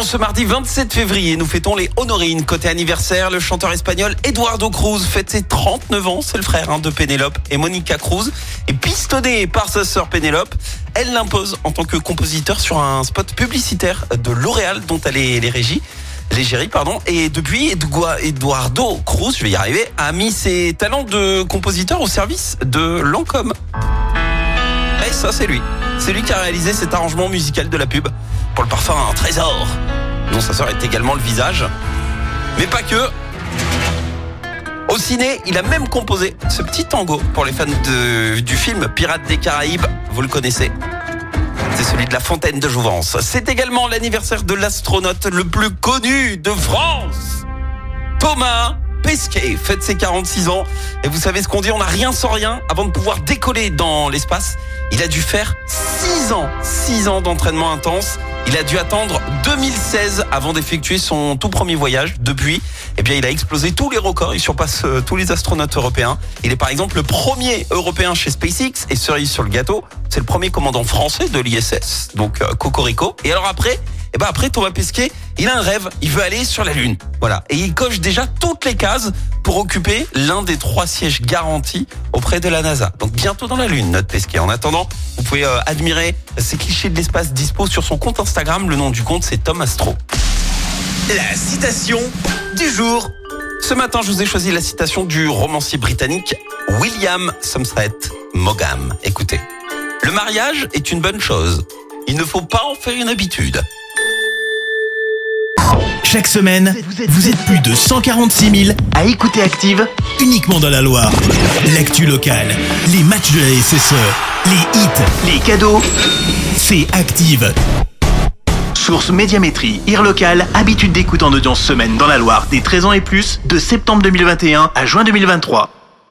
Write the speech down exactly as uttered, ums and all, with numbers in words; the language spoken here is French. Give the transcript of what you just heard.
ce mardi vingt-sept février, nous fêtons les Honorines. Côté anniversaire, le chanteur espagnol Eduardo Cruz fête ses trente-neuf ans. C'est le frère hein, de Pénélope et Monica Cruz. Et pistonné par sa sœur Pénélope, elle l'impose en tant que compositeur sur un spot publicitaire de L'Oréal dont elle est les régies. L'égérie, pardon. Et depuis, Eduardo Cruz, je vais y arriver, a mis ses talents de compositeur au service de Lancôme. Et ça, c'est lui. C'est lui qui a réalisé cet arrangement musical de la pub pour le parfum Trésor, dont sa sœur est également le visage. Mais pas que. Au ciné, il a même composé ce petit tango pour les fans de, du film Pirates des Caraïbes. Vous le connaissez. C'est celui de la Fontaine de Jouvence. C'est également l'anniversaire de l'astronaute le plus connu de France. Thomas Pesquet fête ses quarante-six ans. Et vous savez ce qu'on dit, on n'a rien sans rien. Avant de pouvoir décoller dans l'espace, il a dû faire six ans. six ans d'entraînement intense. Il a dû attendre deux mille seize avant d'effectuer son tout premier voyage. Depuis, eh bien, il a explosé tous les records. Il surpasse euh, tous les astronautes européens. Il est par exemple le premier européen chez SpaceX. Et cerise sur le gâteau, c'est le premier commandant français de l'I S S. Donc, euh, cocorico. Et alors après, eh ben après Thomas Pesquet, il a un rêve. Il veut aller sur la Lune. Voilà. Et il coche déjà toutes les cases pour occuper l'un des trois sièges garantis auprès de la NASA. Donc bientôt dans la Lune, notre Pesquet. En attendant, vous pouvez euh, admirer ces clichés de l'espace dispo sur son compte Instagram. Le nom du compte, c'est Tom Astro. La citation du jour. Ce matin, je vous ai choisi la citation du romancier britannique William Somerset Maugham. Écoutez, le mariage est une bonne chose. Il ne faut pas en faire une habitude. Chaque semaine, vous êtes plus de cent quarante-six mille à écouter Active uniquement dans la Loire. L'actu locale, les matchs de la S S E, les hits, les cadeaux, c'est Active. Source Médiamétrie, I R local, habitude d'écoute en audience semaine dans la Loire des treize ans et plus, de septembre deux mille vingt et un à juin deux mille vingt-trois.